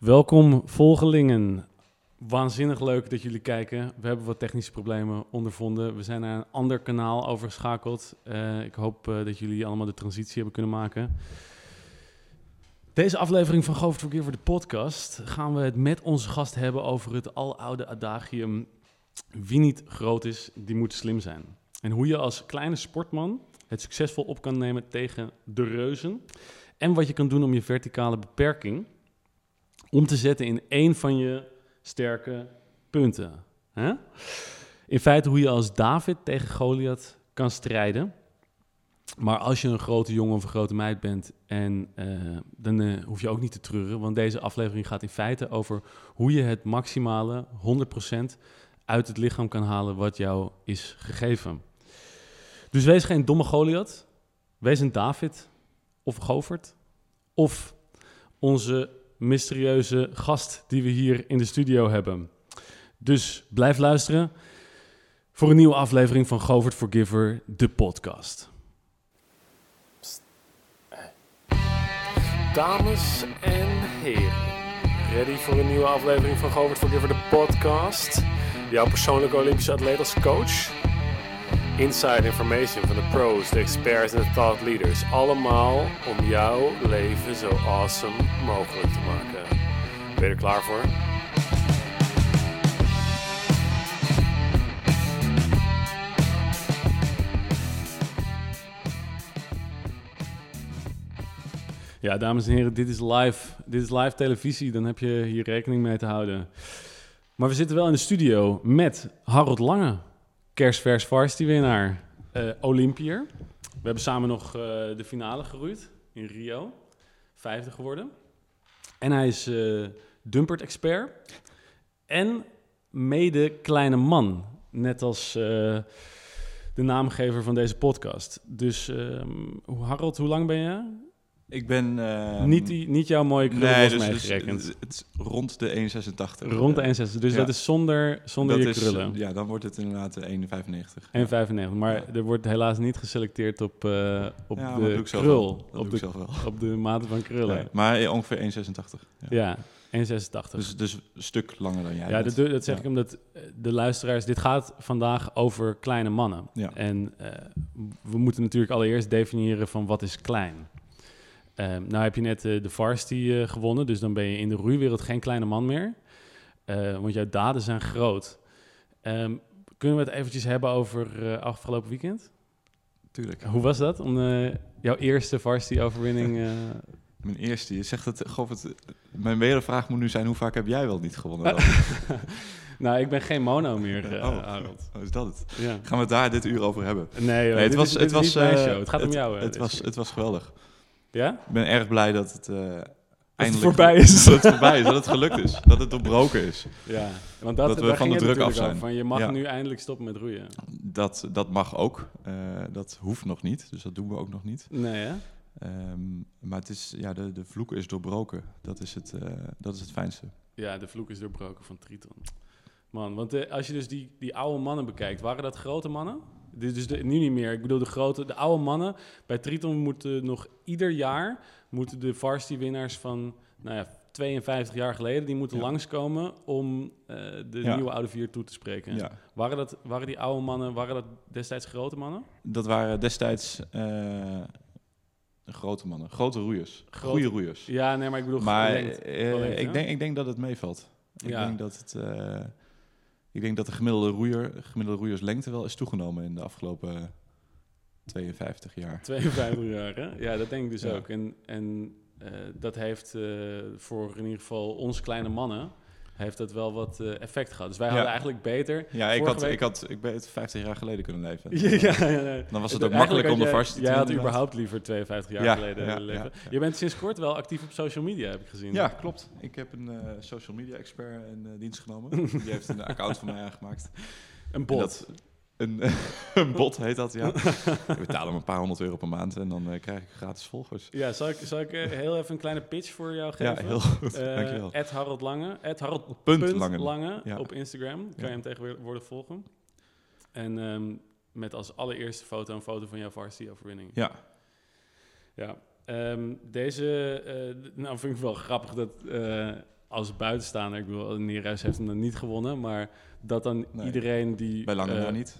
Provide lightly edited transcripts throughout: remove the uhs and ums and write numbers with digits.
Welkom volgelingen. Waanzinnig leuk dat jullie kijken. We hebben wat technische problemen ondervonden. We zijn naar een ander kanaal overgeschakeld. Ik hoop dat jullie allemaal de transitie hebben kunnen maken. Deze aflevering van Govert for Giver, de podcast, gaan we het met onze gast hebben over het aloude adagium: wie niet groot is, die moet slim zijn. En hoe je als kleine sportman het succesvol op kan nemen tegen de reuzen. En wat je kan doen om je verticale beperking om te zetten in één van je sterke punten. In feite hoe je als David tegen Goliath kan strijden. Maar als je een grote jongen of een grote meid bent, dan hoef je ook niet te treuren. Want deze aflevering gaat in feite over hoe je het maximale 100% uit het lichaam kan halen wat jou is gegeven. Dus wees geen domme Goliath. Wees een David of Govert. Of onze mysterieuze gast die we hier in de studio hebben. Dus blijf luisteren voor een nieuwe aflevering van Govert for Giver, de podcast. Dames en heren, ready voor een nieuwe aflevering van Govert for Giver, de podcast. Jouw persoonlijke Olympische atleet als coach. Inside information van de pros, de experts en de thought leaders. Allemaal om jouw leven zo awesome mogelijk te maken. Ben je er klaar voor? Ja, dames en heren, dit is live. Dit is live televisie. Dan heb je hier rekening mee te houden. Maar we zitten wel in de studio met Harold Lange. Kerstvers varsity-winnaar, Olympiër. We hebben samen nog de finale geroeid in Rio. 5e geworden. En hij is dumpert-expert. En mede kleine man. Net als de naamgever van deze podcast. Dus Harold, hoe lang ben je? Ik ben... Niet jouw mooie krullen los meegerekend. Dus het is rond de 1,86. Rond de 1,86. Dus ja. Dat is zonder dat je krullen. Ja, dan wordt het inderdaad 1,95. 1,95. Maar er wordt helaas niet geselecteerd op de krul. Op de mate van krullen. Ja, maar ongeveer 1,86. Ja, 1,86. Dus een stuk langer dan jij. Ja, dat zeg ik omdat de luisteraars... Dit gaat vandaag over kleine mannen. Ja. En we moeten natuurlijk allereerst definiëren van wat is klein. Nou heb je net de varsity gewonnen, dus dan ben je in de roeiwereld geen kleine man meer. Want jouw daden zijn groot. Kunnen we het eventjes hebben over afgelopen weekend? Tuurlijk. Hoe was dat om jouw eerste varsity-overwinning... Mijn eerste, je zegt het, mijn hele vraag moet nu zijn, hoe vaak heb jij wel niet gewonnen dan? Nou, ik ben geen mono meer, Harold. Is dat het? Ja. Gaan we het daar dit uur over hebben? Nee, het was niet mijn show. Het gaat om jou. Het was geweldig. Ja? Ik ben erg blij dat het eindelijk voorbij is. Dat het voorbij is, dat het gelukt is. Dat het doorbroken is. Ja, want dat we van de druk af zijn. Van, je mag nu eindelijk stoppen met roeien. Dat mag ook. Dat hoeft nog niet, dus dat doen we ook nog niet. Nee, hè? Maar het is, ja, de vloek is doorbroken. Dat is het fijnste. Ja, de vloek is doorbroken van Triton. Man, want als je dus die oude mannen bekijkt, waren dat grote mannen? Dus nu niet meer. Ik bedoel, de oude mannen bij Triton moeten nog ieder jaar de varsity-winnaars van 52 jaar geleden, die moeten langskomen om de nieuwe oude vier toe te spreken. Ja. Waren die oude mannen, destijds grote mannen? Dat waren destijds grote mannen. Grote roeiers. Goede roeiers. Ja, nee, maar ik bedoel... Maar ik denk dat het meevalt. Ik denk dat de gemiddelde roeierslengte wel is toegenomen in de afgelopen 52 jaar. 52 jaar, hè? Ja, dat denk ik dus ook. En dat heeft voor in ieder geval ons kleine mannen... heeft dat wel wat effect gehad. Dus wij hadden eigenlijk beter... Ja, ik ben het 50 jaar geleden kunnen leven. Nee. Dan was het ook makkelijk om de varsity te doen. Jij had überhaupt liever 52 jaar geleden willen leven. Ja. Je bent sinds kort wel actief op social media, heb ik gezien. Ja, klopt. Ik heb een social media expert in dienst genomen. Die heeft een account van mij aangemaakt. Een bot. Een bot heet dat, ja. Ik betaal hem een paar €100 per maand en dan krijg ik gratis volgers. Ja, zal ik heel even een kleine pitch voor jou geven? Ja, heel goed. Dankjewel. Harold Lange. Harold.Lange op Instagram. Kan je hem tegenwoordig volgen. En met als allereerste foto een foto van jouw varsity-overwinning. Ja. Ja. Deze, nou vind ik wel grappig dat als buitenstaander, ik bedoel, Neerhuis heeft hem dan niet gewonnen, maar dat dan iedereen die... Bij lange na niet.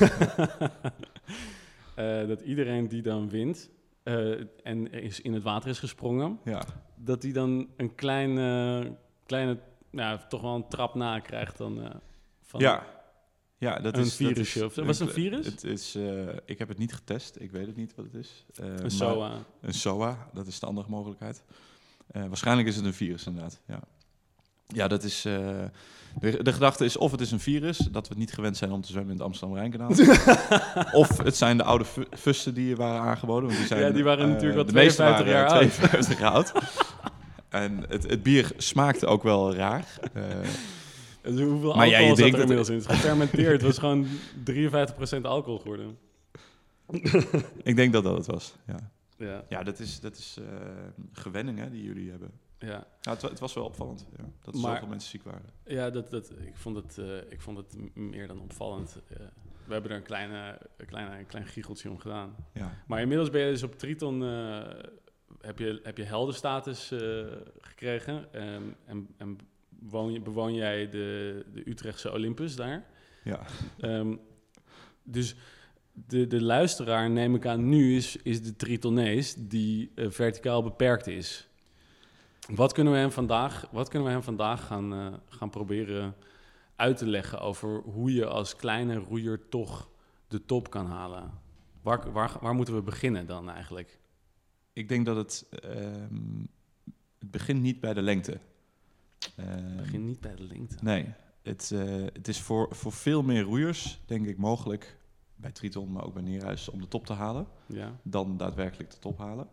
Dat iedereen die dan wint en is in het water is gesprongen, dat die dan een kleine, toch wel een trap na krijgt dan van dat een is virusje. Was het een virus? Het is, ik heb het niet getest, ik weet het niet wat het is. Een SOA. Een SOA, dat is de andere mogelijkheid. Waarschijnlijk is het een virus inderdaad, Ja, dat is... De gedachte is of het is een virus, dat we het niet gewend zijn om te zwemmen in het Amsterdam-Rijnkanaal. Of het zijn de oude fusten die waren aangeboden. Want die waren natuurlijk al de meeste 52 jaar oud. 52 jaar oud. En het bier smaakte ook wel raar. Dus hoeveel alcohol zat er inmiddels in? Het is gefermenteerd. Het was gewoon 53% alcohol geworden. Ik denk dat het was, Ja, dat is gewenning hè, die jullie hebben. Ja. Het was wel opvallend, dat er zoveel mensen ziek waren. Ja, ik vond het meer dan opvallend. We hebben er een klein giecheltje om gedaan. Ja. Maar inmiddels ben je dus op Triton... heb je heldenstatus gekregen. En bewoon jij de Utrechtse Olympus daar. Ja. Dus de luisteraar, neem ik aan, nu is de Tritonees die verticaal beperkt is. Wat kunnen we hem vandaag gaan proberen uit te leggen over hoe je als kleine roeier toch de top kan halen? Waar moeten we beginnen dan eigenlijk? Ik denk dat het begint niet bij de lengte. Het begint niet bij de lengte? Nee. Het is voor veel meer roeiers, denk ik, mogelijk bij Triton, maar ook bij Neerhuis, om de top te halen. Ja. Dan daadwerkelijk de top halen.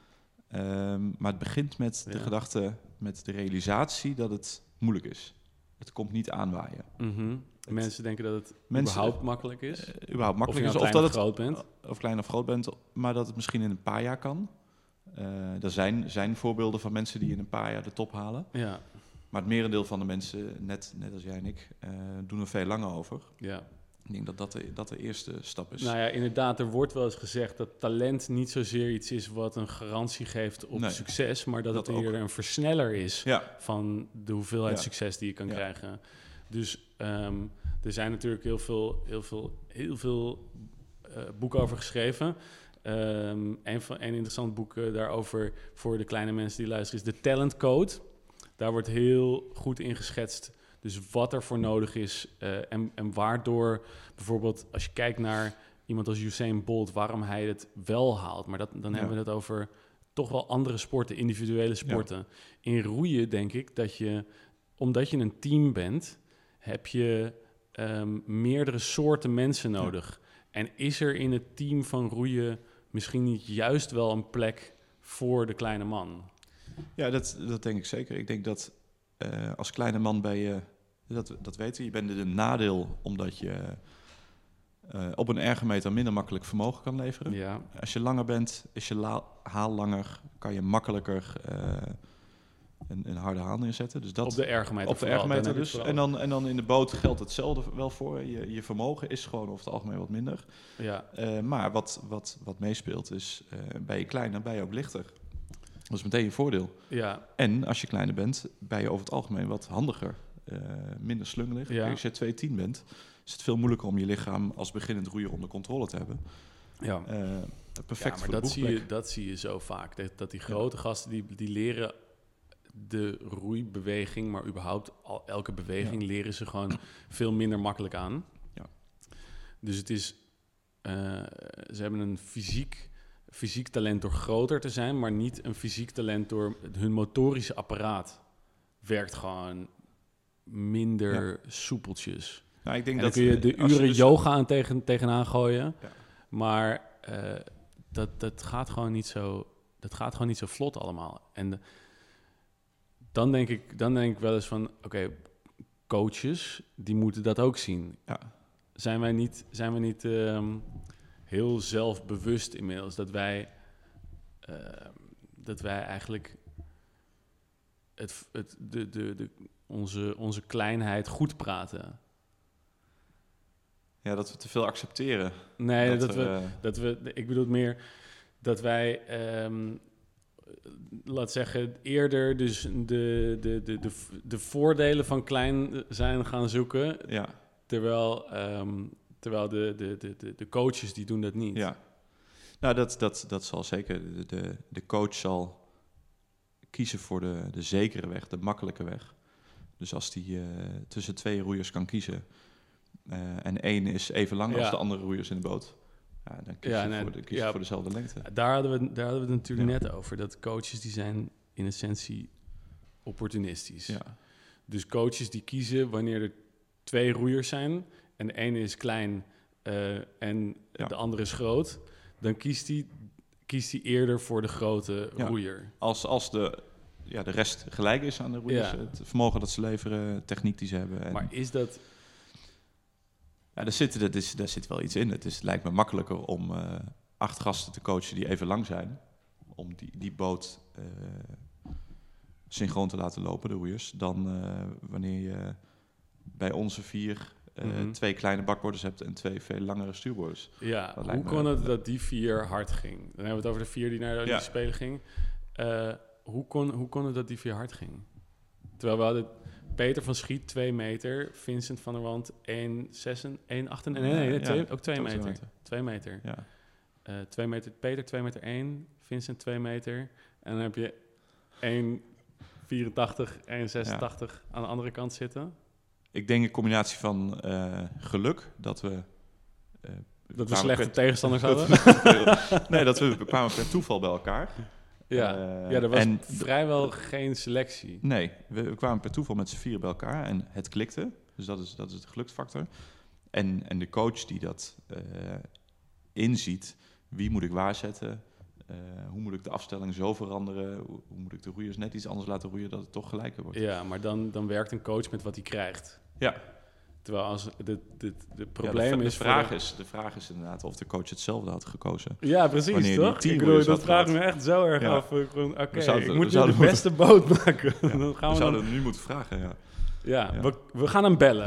Maar het begint met de gedachte, met de realisatie dat het moeilijk is. Het komt niet aanwaaien. Mm-hmm. Mensen denken dat het überhaupt makkelijk is. Überhaupt makkelijk of is. Of dat het groot bent. Of klein of groot bent, maar dat het misschien in een paar jaar kan. Er zijn voorbeelden van mensen die in een paar jaar de top halen. Ja. Maar het merendeel van de mensen, net als jij en ik, doen er veel langer over. Ja. Ik denk dat de eerste stap is. Nou ja, inderdaad, er wordt wel eens gezegd dat talent niet zozeer iets is wat een garantie geeft op succes, maar dat het eerder een versneller is van de hoeveelheid succes die je kan krijgen. Dus er zijn natuurlijk heel veel boeken over geschreven. Een interessant boek daarover voor de kleine mensen die luisteren is de Talent Code. Daar wordt heel goed in geschetst. Dus wat er voor nodig is en waardoor bijvoorbeeld als je kijkt naar iemand als Usain Bolt, waarom hij het wel haalt. Maar dan hebben we het over toch wel andere sporten, individuele sporten. Ja. In roeien denk ik dat omdat je een team bent, heb je meerdere soorten mensen nodig. Ja. En is er in het team van roeien misschien niet juist wel een plek voor de kleine man? Ja, dat denk ik zeker. Ik denk dat als kleine man ben je... Dat weten we. Je bent een nadeel omdat je op een ergometer minder makkelijk vermogen kan leveren. Ja. Als je langer bent, is je haal langer, kan je makkelijker een harde haal neerzetten. Dus dat, op de ergometer. Op de ergometer dus. En dan in de boot geldt hetzelfde wel voor. Je vermogen is gewoon over het algemeen wat minder. Ja. Maar wat meespeelt is, ben je kleiner, ben je ook lichter. Dat is meteen je voordeel. Ja. En als je kleiner bent, ben je over het algemeen wat handiger. Minder slungelig. Ja. Als je 210 bent, is het veel moeilijker om je lichaam als beginnend roeier onder controle te hebben. Ja. Perfect voor de boegplek. Dat zie je zo vaak. Dat die grote gasten, die leren de roeibeweging, maar überhaupt elke beweging leren ze gewoon veel minder makkelijk aan. Ja. Dus het is... ze hebben een fysiek talent door groter te zijn, maar niet een fysiek talent door hun motorische apparaat werkt gewoon minder soepeltjes. Nou, ik denk en dan kun je de uren yoga aan tegenaan gooien, maar dat gaat gewoon niet zo. Dat gaat gewoon niet zo vlot allemaal. En dan denk ik wel eens van, oké, coaches die moeten dat ook zien. Ja. Zijn we niet heel zelfbewust inmiddels dat wij eigenlijk onze kleinheid goed praten? Ja, dat we te veel accepteren. Nee, ik bedoel meer dat wij laat zeggen, eerder dus de voordelen van klein zijn gaan zoeken. Ja. Terwijl de coaches die doen dat niet. Ja. Nou, dat zal zeker. De coach zal kiezen voor de zekere weg, de makkelijke weg. Dus als die tussen 2 roeiers kan kiezen en 1 is even lang als de andere roeiers in de boot, dan kies je voor dezelfde lengte. Daar hadden we het natuurlijk net over. Dat coaches die zijn in essentie opportunistisch. Ja. Dus coaches die kiezen wanneer er 2 roeiers zijn en de ene is klein en de andere is groot, dan kiest hij eerder voor de grote roeier. Als de rest gelijk is aan de roeiers, het vermogen dat ze leveren, techniek die ze hebben. Maar is dat... Ja, daar zit wel iets in. Het lijkt me makkelijker om 8 gasten te coachen die even lang zijn, om die boot synchroon te laten lopen, de roeiers, dan wanneer je bij onze 4 2 kleine bakborders hebt en 2 veel langere stuurborders. Ja, hoe kon het dat die 4 hard ging? Dan hebben we het over de 4 die naar de Olympische Spelen ging. Hoe kon het dat die 4 hard ging? Terwijl we hadden Peter van Schiet 2 meter, Vincent van der Wand 1,8 ook 2 meter. 2 meter. Ja. 2 meter Peter, 2 meter 1, Vincent 2 meter. En dan heb je 1,84, 1,86 aan de andere kant zitten. Ik denk een combinatie van geluk, dat we slechte tegenstanders hadden. Nee, dat we kwamen per toeval bij elkaar. Er was vrijwel geen selectie. Nee, we kwamen per toeval met z'n 4 bij elkaar en het klikte. Dus dat is de geluksfactor. En de coach die dat inziet, wie moet ik waarzetten? Hoe moet ik de afstelling zo veranderen? Hoe moet ik de roeiers net iets anders laten roeien dat het toch gelijker wordt? Ja, maar dan werkt een coach met wat hij krijgt. Ja. Terwijl als de probleem is... De vraag is inderdaad of de coach hetzelfde had gekozen. Ja, precies, toch? Ik bedoel, dat vraagt me echt zo erg af. Ik moet nu de beste boot maken. Ja, dan gaan we zouden het nu moeten vragen, we gaan hem bellen.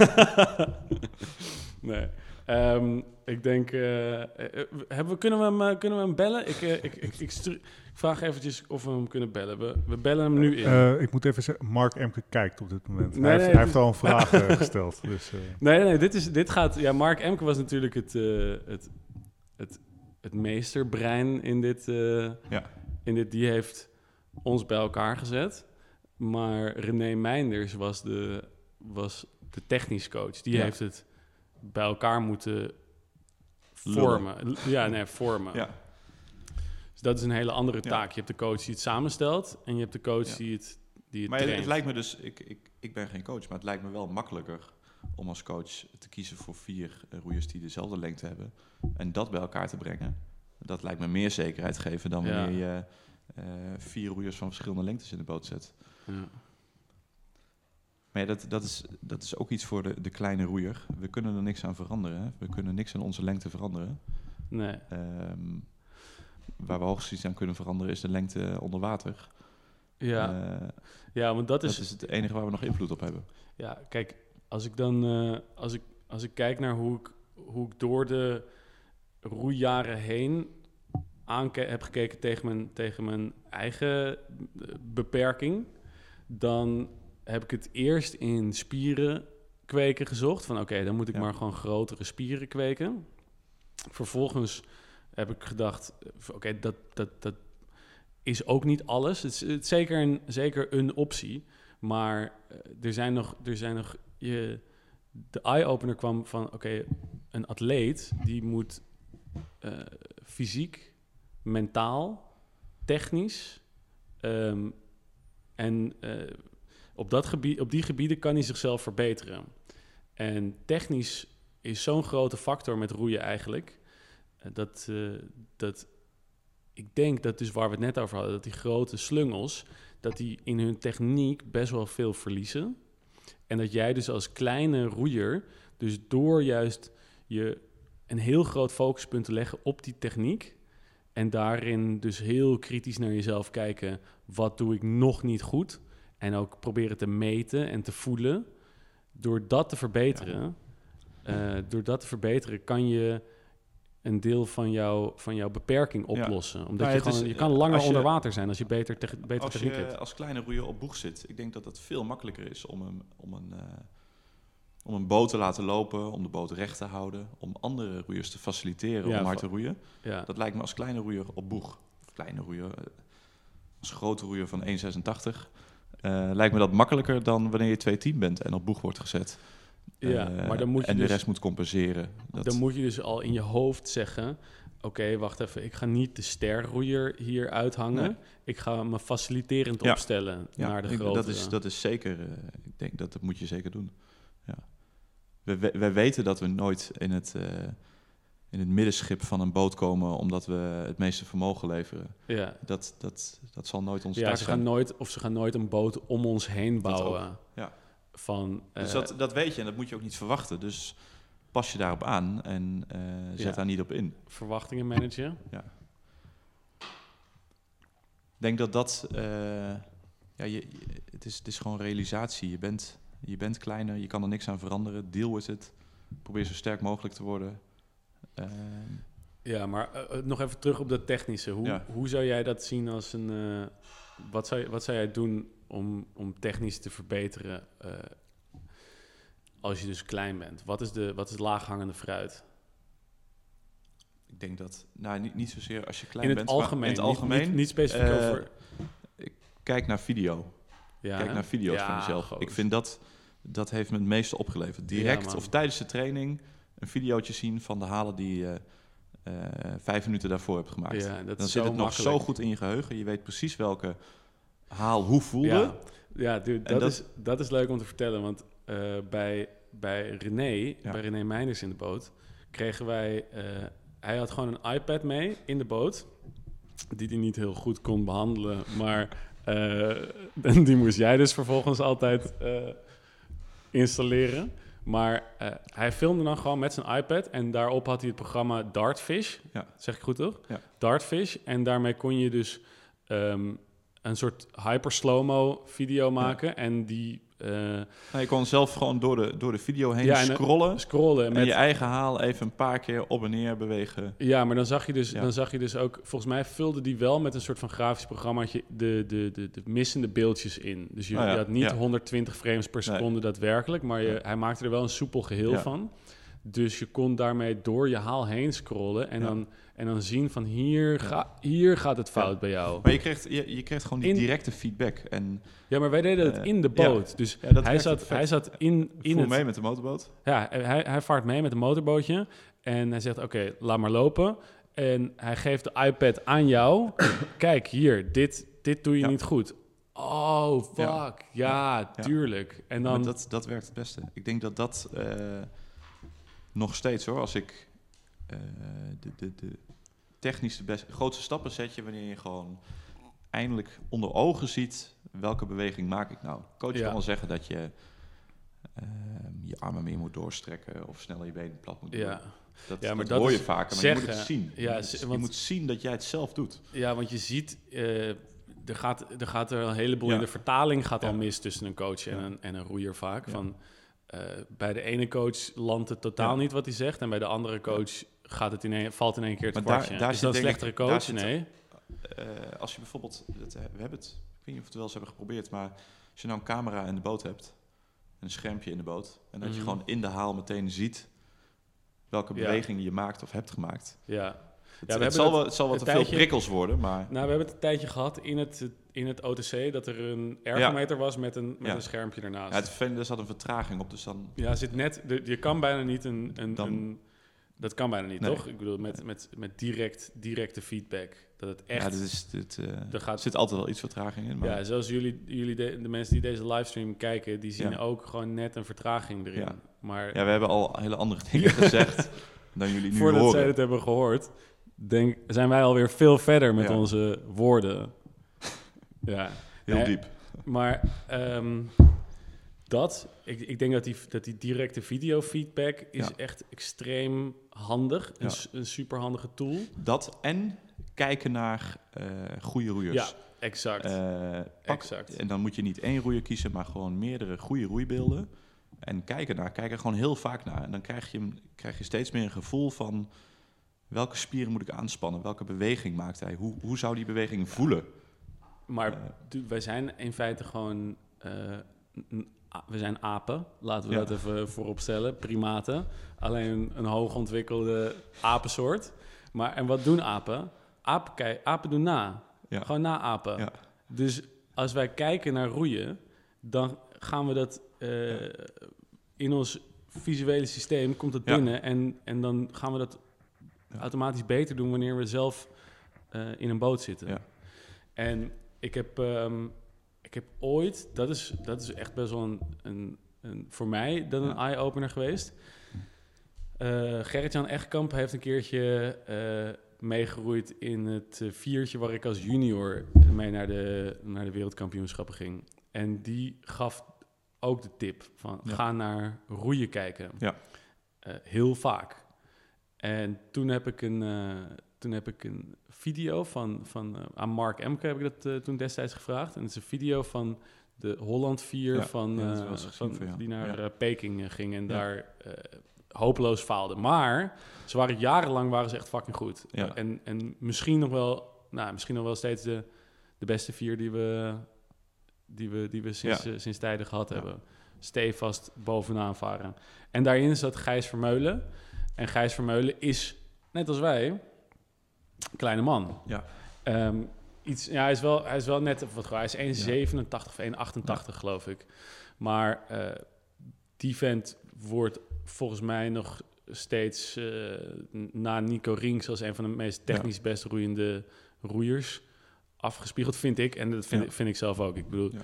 Nee. Ik denk... kunnen we hem bellen? Ik vraag eventjes of we hem kunnen bellen. We bellen hem nu in. Ik moet even zeggen, Mark Emke kijkt op dit moment. Hij heeft al een vraag gesteld. Dus, Nee, dit gaat... Ja, Mark Emke was natuurlijk het meesterbrein in dit. Die heeft ons bij elkaar gezet. Maar René Meinders was de technisch coach. Die heeft het bij elkaar moeten vormen. Vormen. Ja. Dus dat is een hele andere taak. Je hebt de coach die het samenstelt en je hebt de coach die het maar traint. Het lijkt me dus, ik ben geen coach, maar het lijkt me wel makkelijker om als coach te kiezen voor 4 roeiers die dezelfde lengte hebben en dat bij elkaar te brengen. Dat lijkt me meer zekerheid geven dan wanneer je 4 roeiers van verschillende lengtes in de boot zet. Ja. Maar dat is ook iets voor de kleine roeier. We kunnen er niks aan veranderen. Hè? We kunnen niks aan onze lengte veranderen. Nee. Waar we hoogstens iets aan kunnen veranderen is de lengte onder water. Want dat is het enige waar we nog invloed op hebben. Ja, kijk, als ik dan als ik kijk naar hoe ik door de roeijaren heen heb gekeken tegen mijn eigen beperking, dan heb ik het eerst in spieren kweken gezocht. Van oké, dan moet ik maar gewoon grotere spieren kweken. Vervolgens heb ik gedacht, oké, dat is ook niet alles. Het is zeker een optie. Maar er zijn nog de eye-opener kwam van, oké, een atleet die moet fysiek, mentaal, technisch op die gebieden kan hij zichzelf verbeteren. En technisch is zo'n grote factor met roeien eigenlijk, dat ik denk dat dus waar we het net over hadden, dat die grote slungels, dat die in hun techniek best wel veel verliezen. En dat jij dus als kleine roeier, dus door juist je een heel groot focuspunt te leggen op die techniek en daarin dus heel kritisch naar jezelf kijken, wat doe ik nog niet goed? En ook proberen te meten en te voelen. Door dat te verbeteren, kan je een deel van jouw beperking oplossen. Ja. Omdat je kan langer onder water zijn als je beter techniek hebt. Als kleine roeier op boeg zit, ik denk dat het veel makkelijker is om een boot te laten lopen, om de boot recht te houden, om andere roeiers te faciliteren om hard te roeien. Ja. Dat lijkt me als kleine roeier op boeg. Kleine roeier, als grote roeier van 1,86... lijkt me dat makkelijker dan wanneer je 2-10 bent en op boeg wordt gezet. Maar dan moet je de rest moet compenseren. Dan moet je dus al in je hoofd zeggen, oké, wacht even, ik ga niet de sterroeier hier uithangen. Nee. Ik ga me faciliterend opstellen naar de grote. Dat is zeker, ik denk dat moet je zeker doen. Ja. Wij weten dat we nooit in het middenschip van een boot komen omdat we het meeste vermogen leveren. Ja. Dat zal nooit ons taak zijn. Ze gaan nooit een boot om ons heen bouwen. Dus dat weet je en dat moet je ook niet verwachten. Dus pas je daarop aan en zet daar niet op in. Verwachtingen managen. Ja. Ik denk dat het is gewoon realisatie. Je bent kleiner, je kan er niks aan veranderen. Deal with it. Probeer zo sterk mogelijk te worden. Maar nog even terug op dat technische. Hoe zou jij dat zien als een... Wat zou jij doen om technisch te verbeteren als je dus klein bent? Wat is laaghangende fruit? Ik denk dat... niet zozeer als je klein bent. In het algemeen. Niet specifiek over... Kijk naar video. Ja, kijk naar video's van jezelf. Ik vind dat heeft me het meeste opgeleverd. Direct of tijdens de training een videootje zien van de halen die je 5 minuten daarvoor hebt gemaakt. Ja, dan zit het nog zo goed in je geheugen. Je weet precies welke haal hoe voelde. Ja, dude, dat is leuk om te vertellen. Want bij René Meijners in de boot, kregen wij... hij had gewoon een iPad mee in de boot, die hij niet heel goed kon behandelen, maar die moest jij dus vervolgens altijd installeren. Maar hij filmde dan gewoon met zijn iPad en daarop had hij het programma Dartfish. Ja. Zeg ik goed, toch? Ja. Dartfish. En daarmee kon je dus een soort hyper slow-mo video maken. Ja. En die... je kon zelf gewoon door de video heen scrollen. En je eigen haal even een paar keer op en neer bewegen. Ja, maar dan zag je dus ook... Volgens mij vulde die wel met een soort van grafisch programmaatje de missende beeldjes in. Dus je had niet 120 frames per seconde daadwerkelijk, maar hij maakte er wel een soepel geheel van. Dus je kon daarmee door je haal heen scrollen en dan zien van hier gaat het fout bij jou. Maar je kreeg gewoon die directe feedback. Ja, maar wij deden het in de boot. Ja. Dus hij zat in het... mee met de motorboot? Ja, hij vaart mee met een motorbootje. En hij zegt, oké, laat maar lopen. En hij geeft de iPad aan jou. Kijk, hier, dit doe je niet goed. Oh, fuck. Ja, tuurlijk. En dan... dat werkt het beste. Ik denk dat nog steeds, hoor, als ik... de technisch de grootste stappen zet je wanneer je gewoon eindelijk onder ogen ziet welke beweging maak ik nou. Coach kan wel zeggen dat je je armen meer moet doorstrekken of sneller je benen plat moet doen. Dat hoor je vaker, maar je moet het zien. Ja, je moet zien dat jij het zelf doet. Ja, want je ziet, er gaat er een heleboel in de vertaling gaat al mis tussen een coach en een roeier vaak. Ja. Van, bij de ene coach landt het totaal niet wat hij zegt en bij de andere coach valt in één keer het kwartje. Daar is dat een slechtere coach? Nee. Als je bijvoorbeeld, we hebben het, ik weet niet of we het wel eens hebben geprobeerd, maar als je nou een camera in de boot hebt, een schermpje in de boot, en dat je gewoon in de haal meteen ziet welke beweging je maakt of hebt gemaakt. Ja. Het zal wel te veel prikkels worden, maar... Nou, we hebben het een tijdje gehad in het OTC dat er een ergometer was met een schermpje ernaast. Ja, het vervelende, er zat een vertraging op, dus dan... Ja, zit net... Je kan bijna niet dat kan bijna niet, toch? Ik bedoel, met directe feedback. Dat het echt... Ja, er zit altijd wel iets vertraging in. Maar... Ja, zoals jullie de mensen die deze livestream kijken, die zien ook gewoon net een vertraging erin. Ja. Maar, we hebben al hele andere dingen gezegd dan jullie nu Voordat horen. zij het hebben gehoord, zijn wij alweer veel verder met onze woorden. Ja. Heel diep. Maar... Ik denk dat die directe videofeedback is echt extreem handig. Ja. Een superhandige tool. Dat en kijken naar goede roeiers. Ja, exact. Exact. En dan moet je niet 1 roeier kiezen, maar gewoon meerdere goede roeibeelden. En kijk er gewoon heel vaak naar. En dan krijg je steeds meer een gevoel van welke spieren moet ik aanspannen? Welke beweging maakt hij? Hoe zou die beweging voelen? Maar wij zijn in feite gewoon... we zijn apen, laten we dat even voorop stellen. Primaten. Alleen een hoogontwikkelde apensoort. En wat doen apen? Apen doen na. Ja. Gewoon na-apen. Ja. Dus als wij kijken naar roeien, dan gaan we dat in ons visuele systeem komt het binnen en dan gaan we dat automatisch beter doen wanneer we zelf in een boot zitten. Ja. En ik heb ooit, dat is echt best wel een voor mij dan een eye-opener geweest. Gerrit-Jan Echtkamp heeft een keertje meegeroeid in het viertje waar ik als junior mee naar de wereldkampioenschappen ging. En die gaf ook de tip van ga naar roeien kijken. Ja. Heel vaak. En toen heb ik een video aan Mark Emke heb ik dat toen destijds gevraagd. En het is een video van de Holland 4 die naar Peking ging en daar hopeloos faalde. Maar ze waren jarenlang echt fucking goed. Ja. En misschien nog wel steeds de beste 4 die we sinds tijden gehad hebben. Stevast bovenaan varen. En daarin zat Gijs Vermeulen. En Gijs Vermeulen is, net als wij, een kleine man. Ja. Hij is wel net wat groot. Hij is 1,87 of 1,88 geloof ik. Maar die vent wordt volgens mij nog steeds na Nico Rings als een van de meest technisch best roeiende roeiers afgespiegeld, vind ik. En dat vind ik zelf ook. Ik bedoel,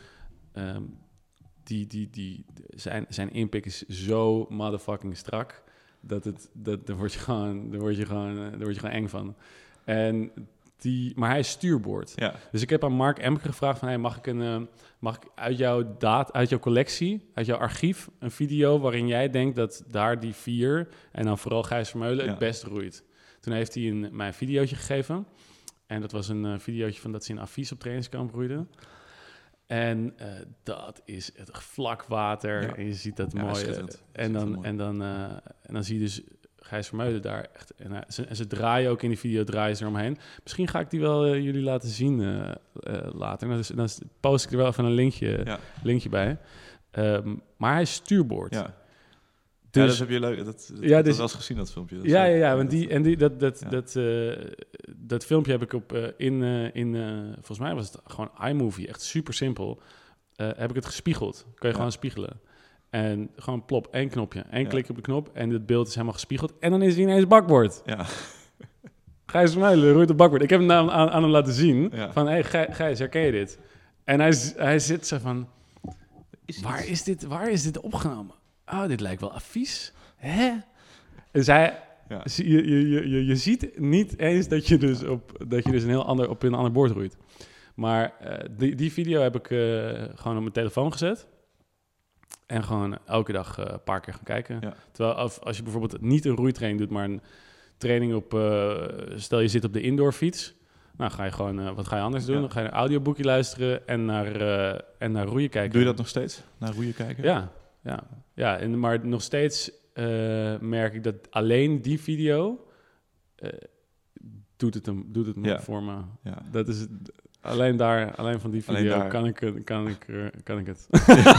zijn inpick is zo motherfucking strak daar word je gewoon eng van. Maar hij is stuurboord. Ja. Dus ik heb aan Mark Emke gevraagd van, hey, mag ik uit jouw collectie, uit jouw archief, een video waarin jij denkt dat daar die 4 en dan vooral Gijs Vermeulen het best roeit. Toen heeft hij mij een videootje gegeven. En dat was een videootje van dat ze in Affies op trainingskamp roeiden. En dat is het vlak water. Ja. En je ziet dat mooi. En dan zie je dus Gijs Vermeulen daar echt. En ze draaien ook in die video, draaien ze eromheen. Misschien ga ik die wel jullie laten zien later. Dan post ik er wel even een linkje bij. Maar hij is stuurboord. Ja. Dus, dat heb je leuk. Dat wel eens gezien, dat filmpje. Dat filmpje heb ik volgens mij was het gewoon iMovie, echt super simpel. Heb ik het gespiegeld. Kan je gewoon spiegelen. En gewoon plop, 1 knopje. 1 klik op de knop en het beeld is helemaal gespiegeld. En dan is hij ineens bakboord. Ja. Gijs Vermeulen roeit op bakboord. Ik heb hem aan hem laten zien. Ja. Van, hey, Gijs, herken je dit? En hij zit zo van, waar is dit opgenomen? Oh, dit lijkt wel Affies. Hè? Dus je ziet niet eens dat je dus op een ander bord roeit. Maar die video heb ik gewoon op mijn telefoon gezet. En gewoon elke dag een paar keer gaan kijken. Ja. Terwijl als je bijvoorbeeld niet een roeitraining doet, maar een training op... stel je zit op de indoorfiets. Nou, ga je gewoon... wat ga je anders doen? Dan ga je een audioboekje luisteren en naar roeien kijken. Doe je dat nog steeds? Naar roeien kijken? Ja. Maar nog steeds merk ik dat alleen die video doet het hem voor me. Ja. Dat is alleen van die video kan ik het.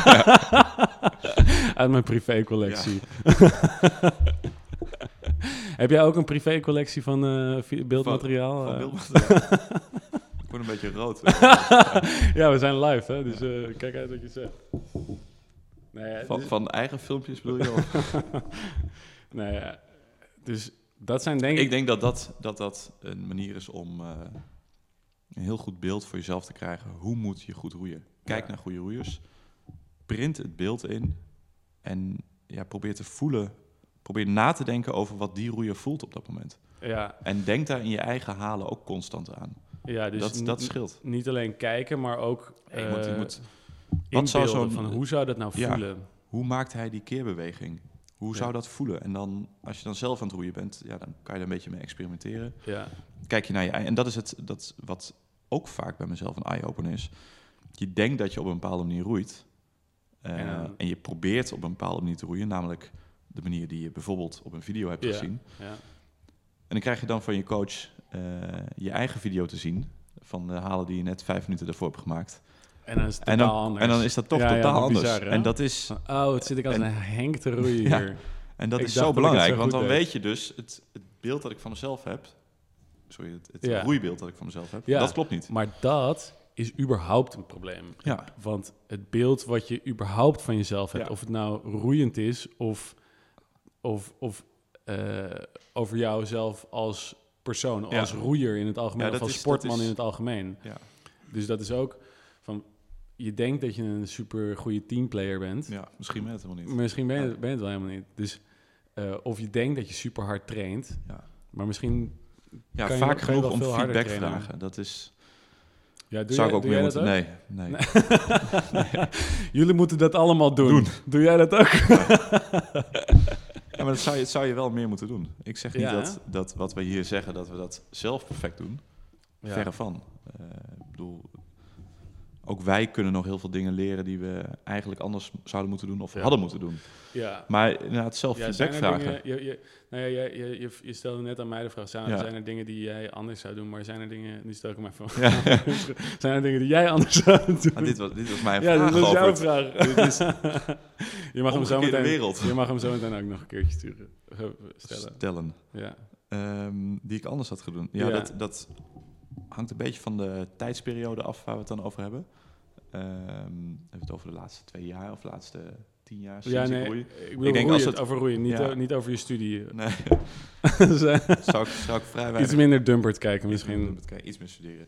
Uit mijn privécollectie. Ja. Heb jij ook een privécollectie van beeldmateriaal? Van beeldmateriaal. Ik word een beetje rood. Ja, we zijn live, hè? Dus kijk uit wat je zegt. Nee, van eigen filmpjes bedoel je al? Nee, dus dat zijn denk ik... Ik denk dat een manier is om een heel goed beeld voor jezelf te krijgen. Hoe moet je goed roeien? Kijk naar goede roeiers. Print het beeld in. En probeer te voelen. Probeer na te denken over wat die roeier voelt op dat moment. Ja. En denk daar in je eigen halen ook constant aan. Ja, dus dat scheelt. Niet alleen kijken, maar ook... je moet wat zou van hoe zou dat nou voelen? Ja, hoe maakt hij die keerbeweging? Hoe zou dat voelen? En dan, als je dan zelf aan het roeien bent, dan kan je daar een beetje mee experimenteren. Ja. Kijk je naar je... En dat is dat wat ook vaak bij mezelf een eye-opener is. Je denkt dat je op een bepaalde manier roeit. En je probeert op een bepaalde manier te roeien. Namelijk de manier die je bijvoorbeeld op een video hebt gezien. Ja. dan krijg je dan van je coach je eigen video te zien van de halen die je net 5 minuten daarvoor hebt gemaakt. En dan is het totaal anders. En dan is dat toch totaal anders. Bizar, en dat is... het zit ik als een Henk te roeien hier. En dat is zo belangrijk, want dan weet je dus... Het beeld dat ik van mezelf heb... Sorry, het roeibeeld dat ik van mezelf heb, dat klopt niet. Maar dat is überhaupt een probleem. Ja. Want het beeld wat je überhaupt van jezelf hebt... of het nou roeiend is of over jouzelf als persoon... als roeier in het algemeen, of als sportman in het algemeen. Ja. Dus dat is ook van... Je denkt dat je een super goede teamplayer bent. Ja, misschien ben je het helemaal niet. Misschien ben je het wel helemaal niet. Dus, of je denkt dat je super hard traint. Ja. Maar misschien kan vaak je genoeg wel om veel feedback vragen. Dat is... Ja, zou ik ook meer moeten... Nee. Jullie moeten dat allemaal doen. Doe jij dat ook? Ja, maar dat zou je wel meer moeten doen. Ik zeg niet dat wat we hier zeggen, dat we dat zelf perfect doen. Ja. Verre van. Ik bedoel... Ook wij kunnen nog heel veel dingen leren die we eigenlijk anders zouden moeten doen of hadden moeten doen. Ja. Maar inderdaad zelf feedback vragen. Je stelde net aan mij de vraag, zijn er dingen die jij anders zou doen, maar zijn er dingen, nu stel ik hem even voor. Zijn er dingen die jij anders zou doen? Maar dit was mijn vraag. Ja, dit was jouw vraag. Je mag hem zo meteen ook nog een keertje stellen. Ja. Die ik anders had gedaan. Ja, dat hangt een beetje van de tijdsperiode af waar we het dan over hebben. Hebben we het over de laatste 2 jaar of de laatste 10 jaar sinds ik roei? Ik denk over roeien, niet over je studie. Nee. zou ik vrij weinig... Iets minder Dumpert kijken misschien. Iets meer studeren.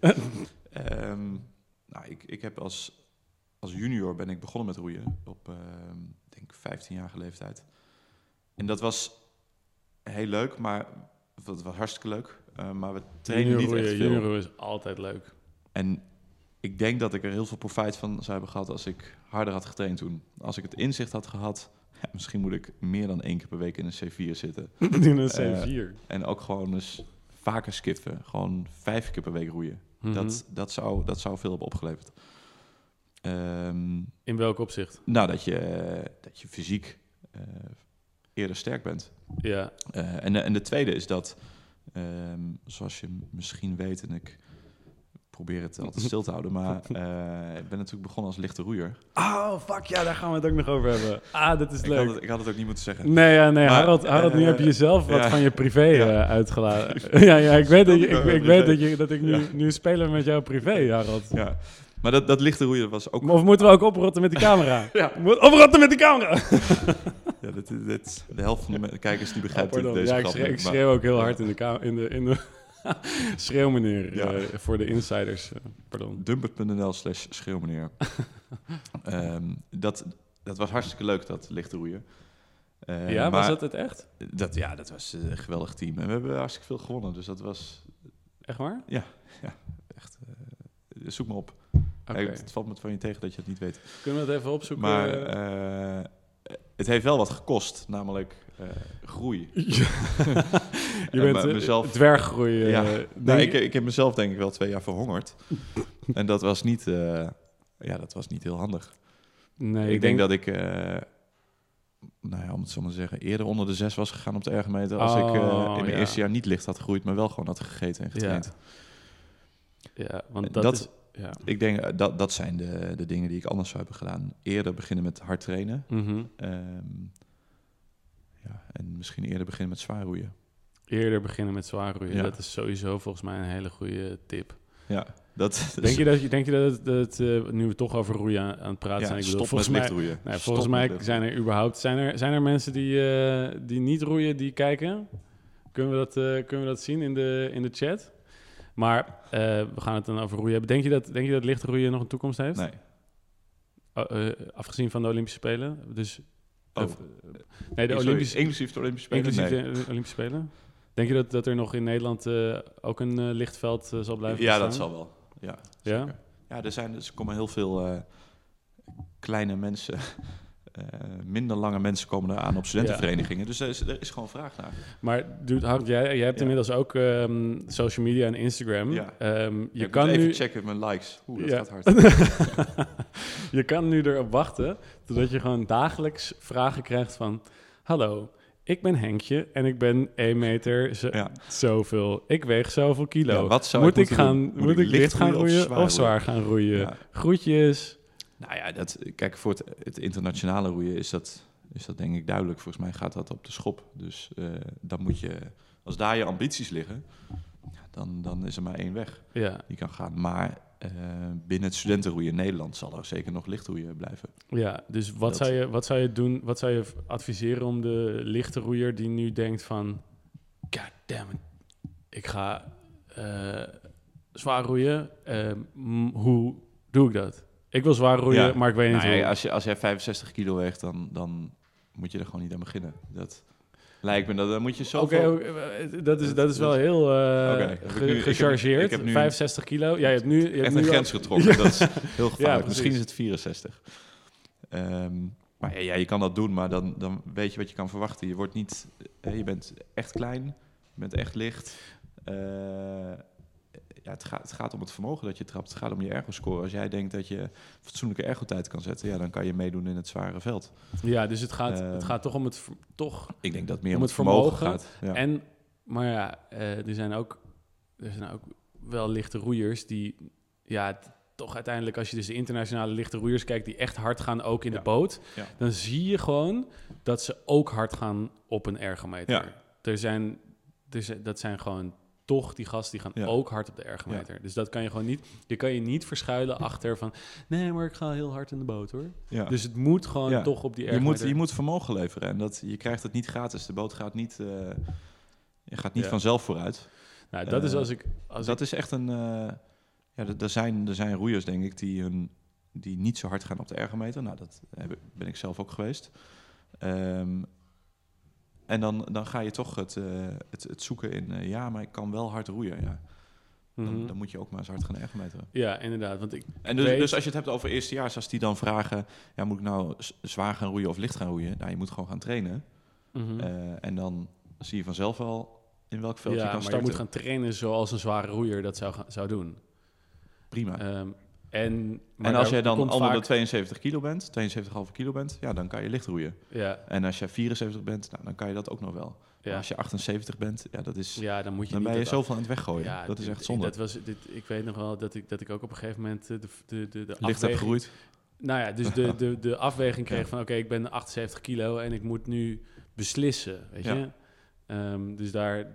Ik heb als junior ben ik begonnen met roeien op, denk 15-jarige leeftijd. En dat was heel leuk, maar het was hartstikke leuk. Maar we trainen niet echt veel. Junior is altijd leuk. En ik denk dat ik er heel veel profijt van zou hebben gehad als ik harder had getraind toen. Als ik het inzicht had gehad, misschien moet ik meer dan 1 keer per week in een C4 zitten. In een C4? En ook gewoon eens vaker skiffen. Gewoon 5 keer per week roeien. Mm-hmm. Dat zou veel hebben opgeleverd. In welk opzicht? Nou, dat je fysiek eerder sterk bent. Ja. En de tweede is dat... zoals je misschien weet, en ik probeer het altijd stil te houden, maar ik ben natuurlijk begonnen als lichte roeier. Oh, fuck ja, daar gaan we het ook nog over hebben. Dat is leuk. Ik had het ook niet moeten zeggen. Nee, maar, Harold, nu heb je jezelf wat van je privé uitgelaten. ja, ik weet dat ik nu spelen met jouw privé, Harold. Ja. Maar dat lichte roeien was ook... Of moeten we ook oprotten met die camera? Oprotten met die camera! Ja, de helft van de kijkers die begrijpt deze grap. Ik schreeuw ook heel hard in de schreeuw meneer, voor de insiders. Pardon. Dumpert.nl/schreeuwmeneer. Dat was hartstikke leuk, dat lichte roeien. Was dat het echt? Dat was een geweldig team. En we hebben hartstikke veel gewonnen, dus dat was... Echt waar? Ja echt. Zoek me op. Okay. Het valt me van je tegen dat je het niet weet. Kunnen we het even opzoeken? Maar het heeft wel wat gekost, namelijk groei. Je bent mezelf, dwerggroei. Ik heb mezelf denk ik wel 2 jaar verhongerd. En dat was niet heel handig. Nee, ik denk dat ik... om het zo maar te zeggen, eerder onder de 6 was gegaan op de ergometer als ik in mijn eerste jaar niet licht had gegroeid, maar wel gewoon had gegeten en getraind. Ja, want dat is... Ja. Ik denk dat zijn de dingen die ik anders zou hebben gedaan. Eerder beginnen met hard trainen. Mm-hmm. En misschien eerder beginnen met zwaar roeien. Eerder beginnen met zwaar roeien. Ja. Dat is sowieso volgens mij een hele goede tip. Ja. Denk je dat nu we toch over roeien aan het praten zijn... Ik bedoel, volgens mij roeien. Nee, volgens mij zijn er überhaupt... Zijn er mensen die niet roeien, die kijken? Kunnen we dat zien in de chat? Maar we gaan het dan over roeien hebben. Denk je dat lichte roeien nog een toekomst heeft? Nee. Afgezien van de Olympische Spelen? Dus, inclusief de Olympische Spelen? Inclusief de Olympische Spelen? Denk je dat er nog in Nederland ook een lichtveld zal blijven bestaan? Ja, dat zal wel. Ja? Ja, er komen heel veel kleine mensen... minder lange mensen komen er aan op studentenverenigingen. Dus er is gewoon vraag naar. Maar jij hebt inmiddels ook social media en Instagram. Ja. Je kan even nu checken mijn likes. Dat gaat hard. Je kan nu erop wachten totdat je gewoon dagelijks vragen krijgt van... Hallo, ik ben Henkje en ik ben 1 meter zoveel. Ik weeg zoveel kilo. Ja, wat zou moet ik licht gaan roeien of zwaar gaan roeien? Ja. Groetjes. Nou ja, kijk, voor het internationale roeien is dat denk ik duidelijk. Volgens mij gaat dat op de schop. Dus dan moet je, als daar je ambities liggen, dan is er maar 1 weg die kan gaan. Maar binnen het studentenroeien in Nederland zal er zeker nog lichtroeien blijven. Ja, dus wat zou je doen? Wat zou je adviseren om de lichte roeier die nu denkt van, god damn it, ik ga zwaar roeien. Hoe doe ik dat? Ik wil zwaar roeien, maar ik weet niet hoe. Als jij 65 kilo weegt, dan moet je er gewoon niet aan beginnen. Dat lijkt me, dan moet je zo. Dat is wel heel gechargeerd. 65 kilo. Ja, je hebt nu echt een grens getrokken. Dat is heel gevaarlijk. Misschien is het 64. Maar ja, je kan dat doen, maar dan weet je wat je kan verwachten. Je wordt niet, je bent echt klein, je bent echt licht. Het gaat om het vermogen dat je trapt. Het gaat om je ergo-score. Als jij denkt dat je fatsoenlijke ergotijd kan zetten, dan kan je meedoen in het zware veld. Ja, dus het gaat toch om het Ik denk dat het meer om het vermogen gaat. Ja. Maar ja, er zijn ook wel lichte roeiers die, toch uiteindelijk, als je dus de internationale lichte roeiers kijkt, die echt hard gaan ook in de boot, dan zie je gewoon dat ze ook hard gaan op een ergometer. Ja. Dat zijn gewoon toch die gasten die gaan ook hard op de ergometer. Ja. Dus dat kan je gewoon niet. Je kan je niet verschuilen achter van, nee, maar ik ga heel hard in de boot, hoor. Ja. Dus het moet gewoon toch op die ergometer. Je moet vermogen leveren en je krijgt het niet gratis. De boot gaat niet, je gaat niet vanzelf vooruit. Nou, dat is dat is echt een. Er zijn roeiers, denk ik, die niet zo hard gaan op de ergometer. Nou, dat ben ik zelf ook geweest. En dan ga je toch het zoeken in, maar ik kan wel hard roeien. Ja. Dan moet je ook maar eens hard gaan ergometeren. Ja, inderdaad. Want dus als je het hebt over eerstejaars, als die dan vragen, moet ik nou zwaar gaan roeien of licht gaan roeien? Nou, je moet gewoon gaan trainen. En dan zie je vanzelf wel in welk veld je kan starten. Maar je moet gaan trainen zoals een zware roeier dat zou doen. Prima. En als jij dan onder de 72 kilo bent, 72,5 kilo bent, dan kan je licht roeien. Ja. En als jij 74 bent, dan kan je dat ook nog wel. Ja. Maar als je 78 bent, dat is, dan ben je zoveel aan het weggooien. Ja, dat is echt zonde. Ik weet nog wel dat ik ook op een gegeven moment de licht heb gegroeid. Nou ja, dus de afweging kreeg van, oké, ik ben 78 kilo en ik moet nu beslissen, weet je. Dus daar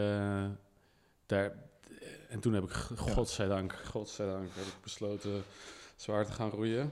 en toen heb ik, godzijdank, heb ik besloten zwaar te gaan roeien.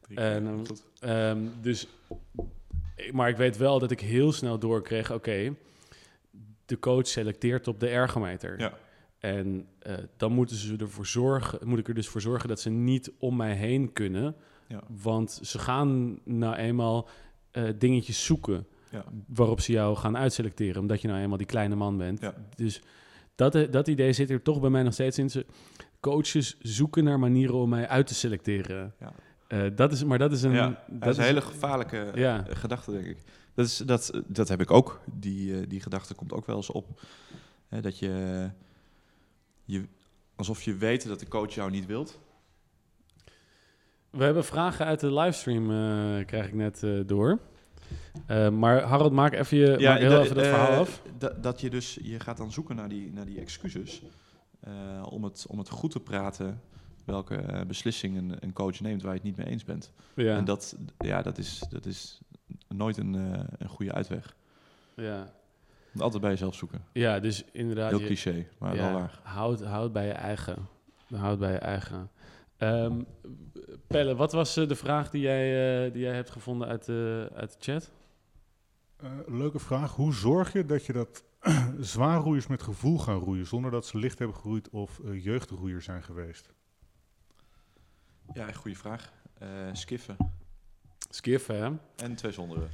Maar ik weet wel dat ik heel snel doorkreeg, oké, de coach selecteert op de ergometer. Ja. En dan moet ik er dus voor zorgen dat ze niet om mij heen kunnen. Ja. Want ze gaan nou eenmaal dingetjes zoeken waarop ze jou gaan uitselecteren. Omdat je nou eenmaal die kleine man bent. Ja. Dus dat idee zit er toch bij mij nog steeds in. Coaches zoeken naar manieren om mij uit te selecteren. Ja. Dat is een hele gevaarlijke gedachte, denk ik. Dat heb ik ook. Die gedachte komt ook wel eens op. Dat je alsof je weet dat de coach jou niet wilt. We hebben vragen uit de livestream, krijg ik net door. Maar Harold, maak even even dat verhaal af. Dat je gaat dan zoeken naar die excuses. Om het goed te praten welke beslissing een coach neemt waar je het niet mee eens bent. Ja. En dat is nooit een goede uitweg. Ja. Altijd bij jezelf zoeken. Ja, dus inderdaad. Heel cliché, maar wel waar. Houd bij je eigen. Houd bij je eigen. Pelle, wat was de vraag die jij hebt gevonden uit de chat? Leuke vraag. Hoe zorg je dat zwaarroeiers met gevoel gaan roeien zonder dat ze licht hebben geroeid of jeugdroeiers zijn geweest? Ja, goede vraag. Skiffen. Skiffen, hè? En 2 zonderen.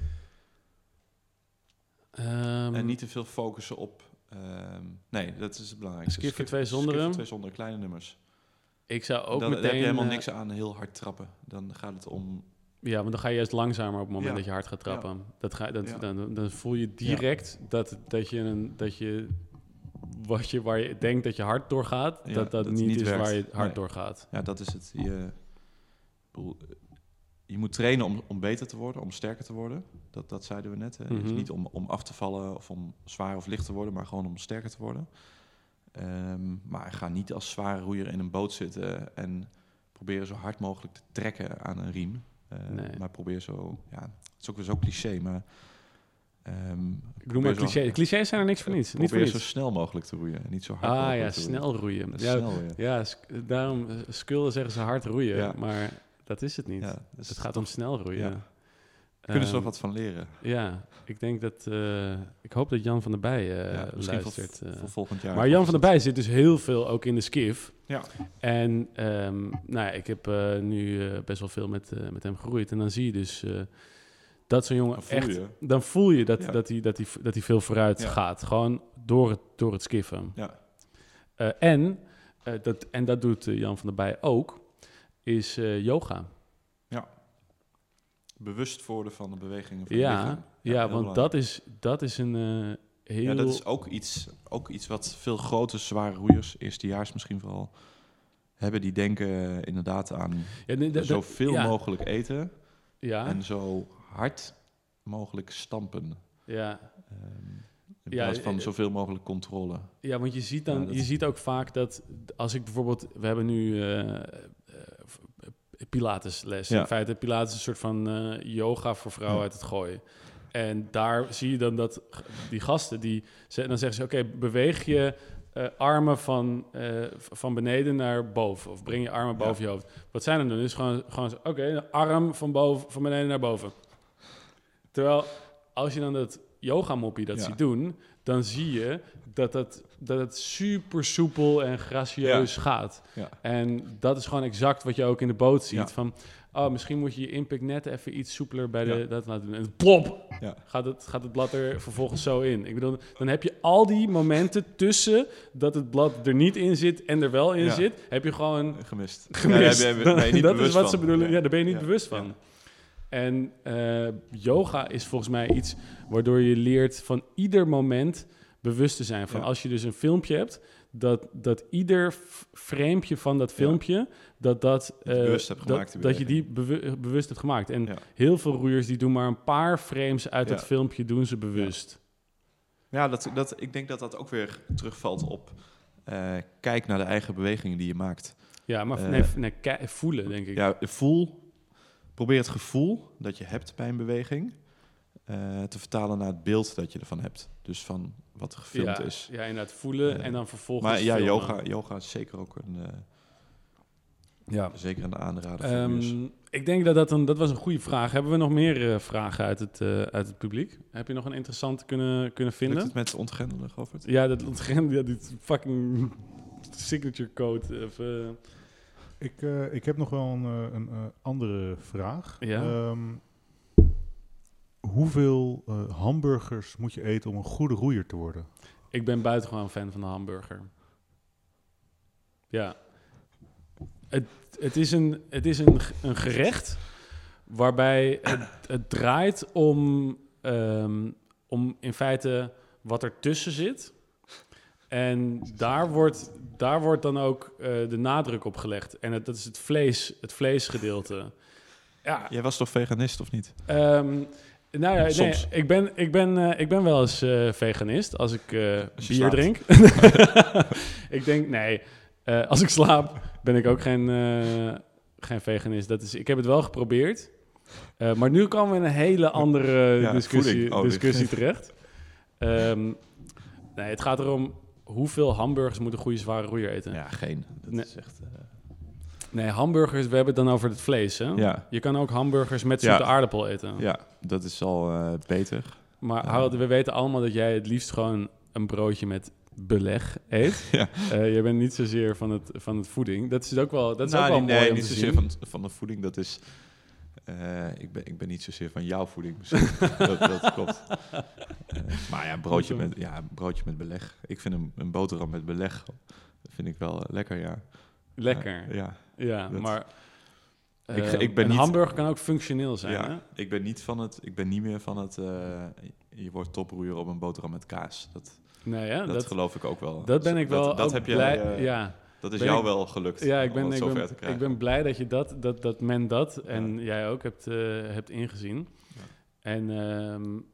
En niet te veel focussen op... nee, dat is het belangrijkste. Skiffen 2 zonderen. Skiffen 2 zonderen, kleine nummers. Ik zou ook dan meteen... heb je helemaal niks aan heel hard trappen. Dan gaat het om... Ja, want dan ga je juist langzamer op het moment dat je hard gaat trappen. Ja. Dan voel je direct dat je waar je denkt dat je hard doorgaat, dat niet is waar je hard doorgaat. Ja, dat is het. je moet trainen om beter te worden, om sterker te worden. Dat zeiden we net. Hè. Mm-hmm. Dus niet om af te vallen of om zwaar of licht te worden, maar gewoon om sterker te worden. Maar ga niet als zware roeier in een boot zitten en proberen zo hard mogelijk te trekken aan een riem. Maar probeer zo... Ja, het is ook weer zo cliché, maar... ik noem maar cliché. Clichés zijn er niks voor niets. Probeer zo snel mogelijk te roeien. Niet zo hard mogelijk te roeien. Snel roeien. Daarom Skulden zeggen ze hard roeien, maar dat is het niet. Ja, dus het gaat om snel roeien. Ja. Kunnen ze nog wat van leren? Ja, ik denk dat... ik hoop dat Jan van der Bij luistert. Voor volgend jaar. Maar Jan van der Bij zit dus heel veel ook in de skiff. Ja. En ik heb nu best wel veel met hem geroeid. En dan zie je dus... dat zo'n jongen dan voel je dat hij veel vooruit gaat. Gewoon door het skiffen. Ja. En dat doet Jan van der Bij ook, is yoga. Ja. Bewust worden van de bewegingen van het lichaam. Ja, want dat is een heel... Ja, dat is ook iets wat veel grote, zware roeiers, eerstejaars misschien vooral, hebben. Die denken inderdaad aan zoveel mogelijk eten en zo hard mogelijk stampen. Ja. In plaats van zoveel mogelijk controle. Ja, want je ziet ook vaak dat als ik bijvoorbeeld... We hebben nu Pilatesles. Ja. In feite, Pilates is een soort van yoga voor vrouwen uit het gooien. En daar zie je dan dat die gasten, dan zeggen ze... Oké, beweeg je armen van beneden naar boven. Of breng je armen boven je hoofd. Wat zijn er dan? Dus gewoon oké, arm van beneden naar boven. Terwijl, als je dan dat yoga-moppie ziet doen... dan zie je dat het super soepel en gracieus gaat. Ja. En dat is gewoon exact wat je ook in de boot ziet. Ja. Van, misschien moet je je impact net even iets soepeler bij dat laten doen. En plop! Ja. Gaat het blad er vervolgens zo in. Ik bedoel, dan heb je al die momenten tussen dat het blad er niet in zit en er wel in zit, heb je gewoon gemist. Dat is wat ze bedoelen. Ja, daar ben je niet bewust van. Ja. En yoga is volgens mij iets waardoor je leert van ieder moment bewust te zijn. Van als je dus een filmpje hebt, dat ieder framepje van dat filmpje, dat je die bewust hebt gemaakt. En heel veel roeiers die doen maar een paar frames uit dat filmpje, doen ze bewust. Ja, ik denk dat ook weer terugvalt op kijk naar de eigen bewegingen die je maakt. Ja, maar voelen, denk ik. Ja, probeer het gevoel dat je hebt bij een beweging te vertalen naar het beeld dat je ervan hebt. Dus van wat er gefilmd is. Ja, inderdaad voelen en dan vervolgens maar yoga is zeker ook zeker een aanrader voor ik denk dat was een goede vraag. Hebben we nog meer vragen uit het publiek? Heb je nog een interessante kunnen vinden? Lukt het met ontgrendelen, Govert? Ja, dat ontgrendelen, die fucking signature code. Ik heb nog wel een andere vraag. Ja? Hoeveel hamburgers moet je eten om een goede roeier te worden? Ik ben buitengewoon fan van de hamburger. Ja. Het is een gerecht waarbij het draait om in feite wat er tussen zit. En daar wordt dan ook de nadruk op gelegd. En dat is het vleesgedeelte. Ja. Jij was toch veganist, of niet? Nou ja, nee, ik ben wel eens veganist als ik bier drink. Ik denk, nee, als ik slaap ben ik ook geen veganist. Ik heb het wel geprobeerd. Maar nu komen we in een hele andere discussie terecht. Nee, het gaat erom hoeveel hamburgers moet een goede zware roeier eten. Ja, geen. Dat is echt... Nee, hamburgers, we hebben het dan over het vlees, hè? Ja. Je kan ook hamburgers met zoete aardappel eten. Ja, dat is al beter. Maar Harold, we weten allemaal dat jij het liefst gewoon een broodje met beleg eet. Ja. Je bent niet zozeer van het voeding. Dat is ook wel mooi om te zien. Nee, niet zozeer van de voeding. Dat is... ik ben niet zozeer van jouw voeding misschien. dat klopt. Maar ja, broodje met beleg. Ik vind een boterham met beleg vind ik wel lekker, ja. Lekker? Ja, maar... ik ben een hamburger kan ook functioneel zijn, hè? Ik ben niet meer van het... je wordt toproeier op een boterham met kaas. Dat geloof ik ook wel. Dat ben ik wel dat ook heb blij... jij, Dat is jou wel gelukt. Ja, ik ben blij dat je dat men dat en jij ook hebt ingezien. Ja. En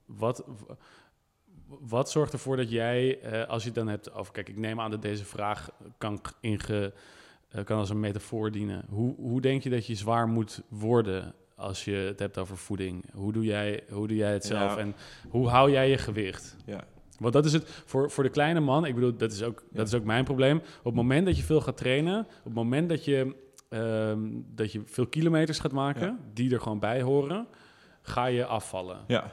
wat zorgt ervoor dat jij, als je het dan hebt over... Kijk, ik neem aan dat deze vraag kan als een metafoor dienen. Hoe denk je dat je zwaar moet worden als je het hebt over voeding? Hoe doe jij het zelf en hoe hou jij je gewicht? Ja. Want dat is het voor de kleine man. Ik bedoel, dat is ook mijn probleem. Op het moment dat je veel gaat trainen, op het moment dat je veel kilometers gaat maken, die er gewoon bij horen, ga je afvallen. Ja.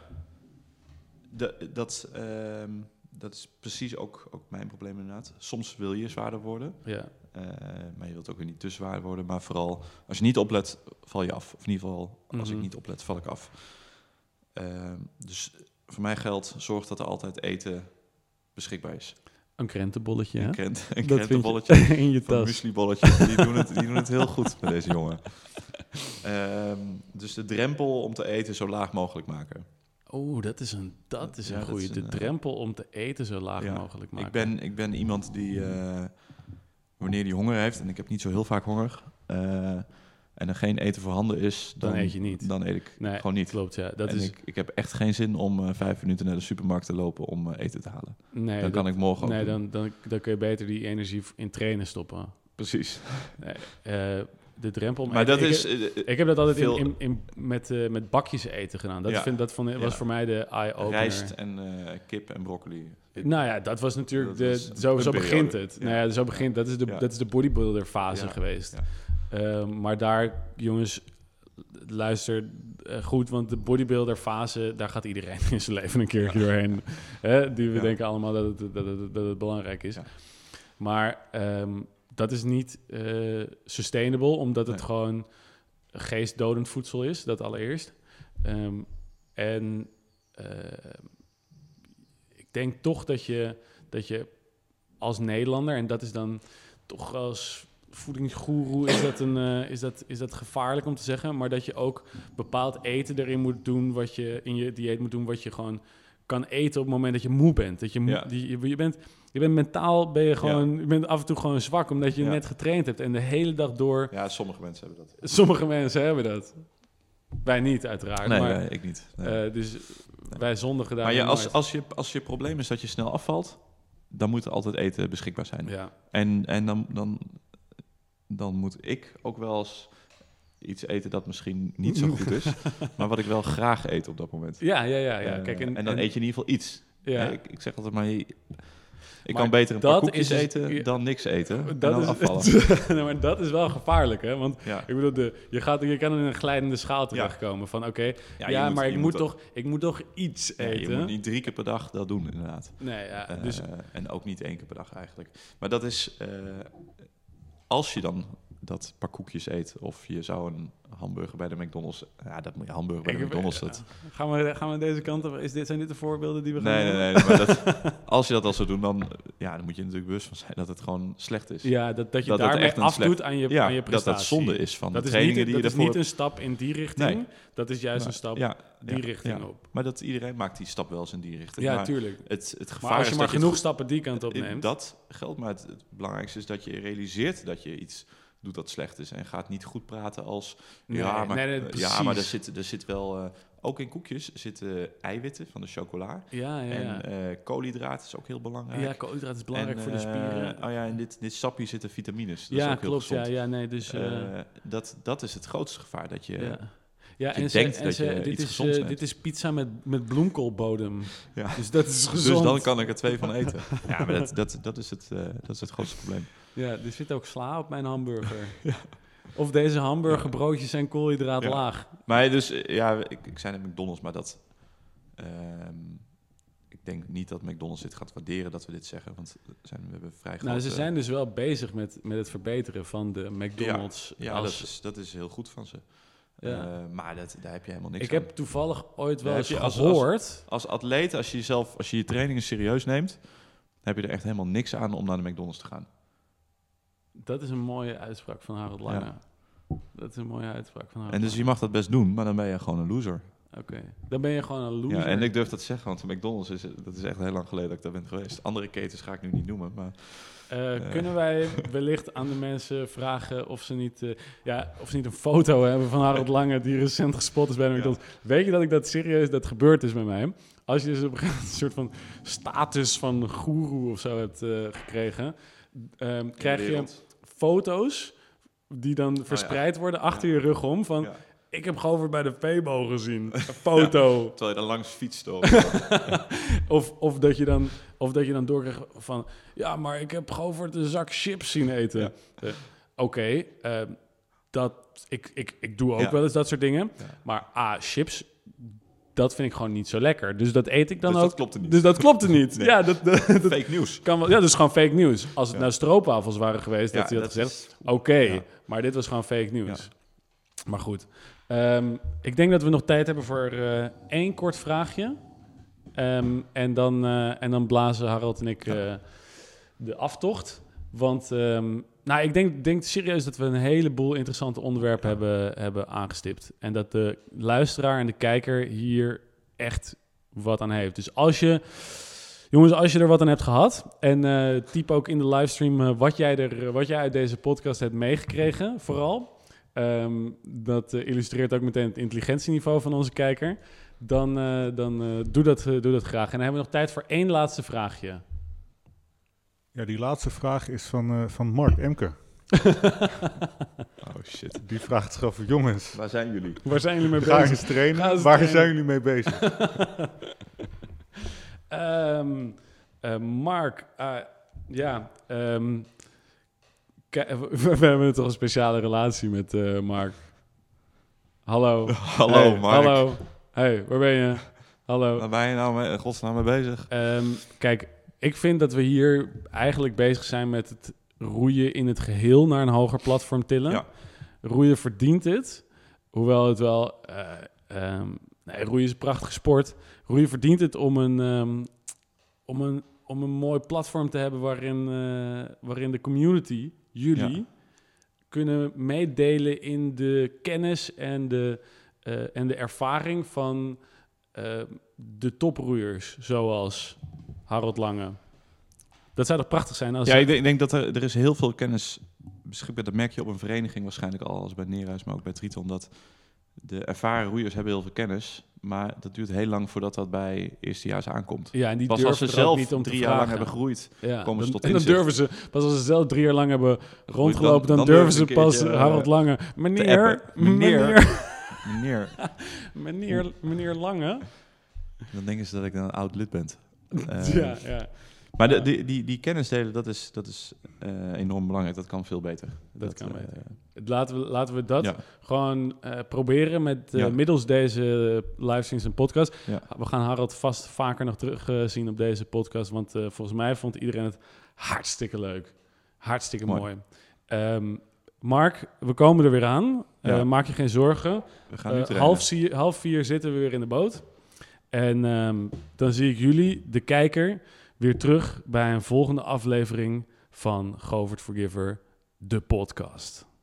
Dat is precies ook mijn probleem inderdaad. Soms wil je zwaarder worden. Ja. Maar je wilt ook weer niet te zwaar worden. Maar vooral, als je niet oplet, val je af. Of in ieder geval, als ik niet oplet, val ik af. Dus voor mij geldt, zorg dat er altijd eten beschikbaar is. Een krentenbolletje, hè? Een krentenbolletje. In je tas. Een mueslibolletje. Die doen het heel goed met deze jongen. Dus de drempel om te eten zo laag mogelijk maken. Oh, dat is een goeie. De drempel om te eten zo laag mogelijk maken. Ik ben iemand die, wanneer die honger heeft, en ik heb niet zo heel vaak honger, en er geen eten voorhanden is, dan eet je niet. Dan eet ik gewoon niet. Klopt, ja. Ik heb echt geen zin om 5 minuten naar de supermarkt te lopen om eten te halen. Nee, dan kan ik morgen ook. Nee, dan kun je beter die energie in trainen stoppen. Precies. De drempel. Maar dat ik heb dat altijd met bakjes eten gedaan. Was voor mij de eye-opener. Rijst en kip en broccoli. Nou ja, dat was natuurlijk zo begint het. Ja. Nou ja, zo begint. Dat is de bodybuilder fase geweest. Ja. Maar daar, jongens, luister goed, want de bodybuilder fase, daar gaat iedereen in zijn leven een keertje doorheen. We denken allemaal dat het belangrijk is. Ja. Maar dat is niet sustainable, omdat het gewoon geestdodend voedsel is, dat allereerst. Ik denk toch dat je als Nederlander, en dat is dan toch als voedingsgoeroe is dat gevaarlijk om te zeggen, maar dat je ook bepaald eten erin moet doen, wat je in je dieet moet doen, wat je gewoon kan eten op het moment dat je moe bent. Dat je bent mentaal, je bent af en toe gewoon zwak, omdat je net getraind hebt en de hele dag door... Ja, sommige mensen hebben dat. Sommige mensen hebben dat. Wij niet, uiteraard. Nee, maar, ik niet. Nee. Dus wij zondigen daar. Maar als je probleem is dat je snel afvalt, dan moet er altijd eten beschikbaar zijn. Ja. En dan moet ik ook wel eens iets eten dat misschien niet zo goed is, maar wat ik wel graag eet op dat moment. Ja. Kijk, en dan eet je in ieder geval iets. Ja. Ik zeg altijd maar... Ik kan beter een paar koekjes eten dan niks eten en dan afvallen. Maar dat is wel gevaarlijk, hè? Want ik bedoel, je kan in een glijdende schaal terechtkomen van ik moet toch iets eten. Je moet niet 3 keer per dag dat doen, inderdaad. Nee, en ook niet 1 keer per dag eigenlijk. Maar dat is... als je dan dat paar koekjes eet, of je zou een hamburger bij de McDonald's... Ja, dat moet je hamburger bij de McDonald's... Gaan we deze kant op? Zijn dit de voorbeelden die we gaan doen? Nee, maar als je dat al zou doen, dan moet je natuurlijk bewust van zijn dat het gewoon slecht is. Ja, dat je daarmee afdoet aan je prestatie. Dat dat zonde is van de trainingen die je ervoor... Dat is niet een stap in die richting, nee. Dat is juist een stap die richting op. Maar iedereen maakt die stap wel eens in die richting. Ja, tuurlijk. Het gevaar maar als je is maar genoeg stappen die kant op neemt... Dat geldt, maar het belangrijkste is dat je realiseert dat je iets doet dat slecht is en gaat niet goed praten als maar er zit wel ook in koekjes zitten eiwitten van de chocola. En koolhydraten is ook heel belangrijk. Ja, koolhydraten is belangrijk voor de spieren. En dit sapje zitten vitamines. Dat is ook klopt. Heel gezond. Dus dat is het grootste gevaar dat je. Dit is pizza met bloemkoolbodem. Ja. Dus dat is gezond. Dus dan kan ik er 2 van eten. Ja, maar dat is het grootste probleem. Ja, er zit ook sla op mijn hamburger. Of deze hamburgerbroodjes zijn koolhydraatlaag. Maar dus, ik zei net McDonald's, maar dat... ik denk niet dat McDonald's dit gaat waarderen dat we dit zeggen, want we hebben vrij grote... ze zijn dus wel bezig met het verbeteren van de McDonald's. Ja, dat is heel goed van ze. Ja. Maar daar heb je helemaal niks aan. Ik heb toevallig ooit wel eens gehoord... Als atleet, als je trainingen serieus neemt, heb je er echt helemaal niks aan om naar de McDonald's te gaan. Dat is een mooie uitspraak van Harold Lange. Ja. Dat is een mooie uitspraak van Harold En dus je mag dat best doen, maar dan ben je gewoon een loser. Oké. Dan ben je gewoon een loser. Ja, en ik durf dat te zeggen, want de McDonald's dat is echt heel lang geleden dat ik daar ben geweest. Andere ketens ga ik nu niet noemen, maar... Kunnen wij wellicht aan de mensen vragen of ze niet een foto hebben van Harold Lange die recent gespot is bij de McDonald's? Weet je dat ik dat serieus, dat gebeurd is met mij? Als je dus op een gegeven moment een soort van status van goeroe of zo hebt gekregen, krijg je foto's die dan verspreid worden achter je rug om van... Ja. Ik heb Govert bij de Febo gezien. Een foto. Ja, terwijl je dan langs fietst. of dat je dan doorkrijgt van... Ja, maar ik heb Govert een zak chips zien eten. Ja. Oké, ik doe ook wel eens dat soort dingen. Ja. Maar chips... Dat vind ik gewoon niet zo lekker. Dus dat eet ik dan dus ook. Dat klopte niet. Dus dat klopte niet. Nee. Ja, dat fake nieuws. Kan wel, ja, dat is gewoon fake nieuws. Als het nou stroopwafels waren geweest, dat hij had gezegd... Oké, maar dit was gewoon fake nieuws. Ja. Maar goed. Ik denk dat we nog tijd hebben voor 1 kort vraagje. En dan blazen Harold en ik de aftocht. Want ik denk serieus dat we een heleboel interessante onderwerpen hebben aangestipt. En dat de luisteraar en de kijker hier echt wat aan heeft. Dus als je er wat aan hebt gehad... en typ ook in de livestream wat jij uit deze podcast hebt meegekregen, vooral... dat illustreert ook meteen het intelligentieniveau van onze kijker. Dan doe dat graag. En dan hebben we nog tijd voor 1 laatste vraagje. Ja, die laatste vraag is van Mark Emke. Oh shit. Die vraagt zich af, jongens. Waar zijn jullie? Waar zijn jullie mee bezig? Ga eens trainen. Waar zijn jullie mee bezig? Mark, we hebben toch een speciale relatie met Mark. Hallo. Hallo, hey, Mark. Hallo. Hey, waar ben je? Hallo. Waar ben je nou in godsnaam mee bezig? Kijk, ik vind dat we hier eigenlijk bezig zijn met het roeien in het geheel naar een hoger platform tillen. Ja. Roeien verdient het. Hoewel het wel... roeien is een prachtige sport. Roeien verdient het om een mooi platform te hebben waarin de community, jullie, kunnen meedelen in de kennis en de ervaring van de toproeiers, zoals Harold Lange. Dat zou toch prachtig zijn? Als ik denk dat er is heel veel kennis beschikbaar. Dat merk je op een vereniging waarschijnlijk al, als bij Neerhuis, maar ook bij Triton, dat de ervaren roeiers hebben heel veel kennis, maar dat duurt heel lang voordat dat bij eerstejaars aankomt. Ja, en die pas als ze zelf niet 3 jaar lang hebben gegroeid, komen ze tot inzicht. En dan durven ze, pas als ze zelf 3 jaar lang hebben rondgelopen, dan durven ze pas Harold Lange. Meneer Lange. Dan denken ze dat ik een oud lid ben. Ja. Maar die kennis delen, dat is enorm belangrijk. Dat kan veel beter. Dat kan beter. Laten we dat gewoon proberen met middels deze livestreams en podcast. Ja. We gaan Harold vast vaker nog terugzien op deze podcast. Want volgens mij vond iedereen het hartstikke leuk. Hartstikke mooi. Mark, we komen er weer aan. Maak je geen zorgen. We gaan nu 3:30 zitten we weer in de boot. En dan zie ik jullie, de kijker, weer terug bij een volgende aflevering van Govert Forgiver, de podcast.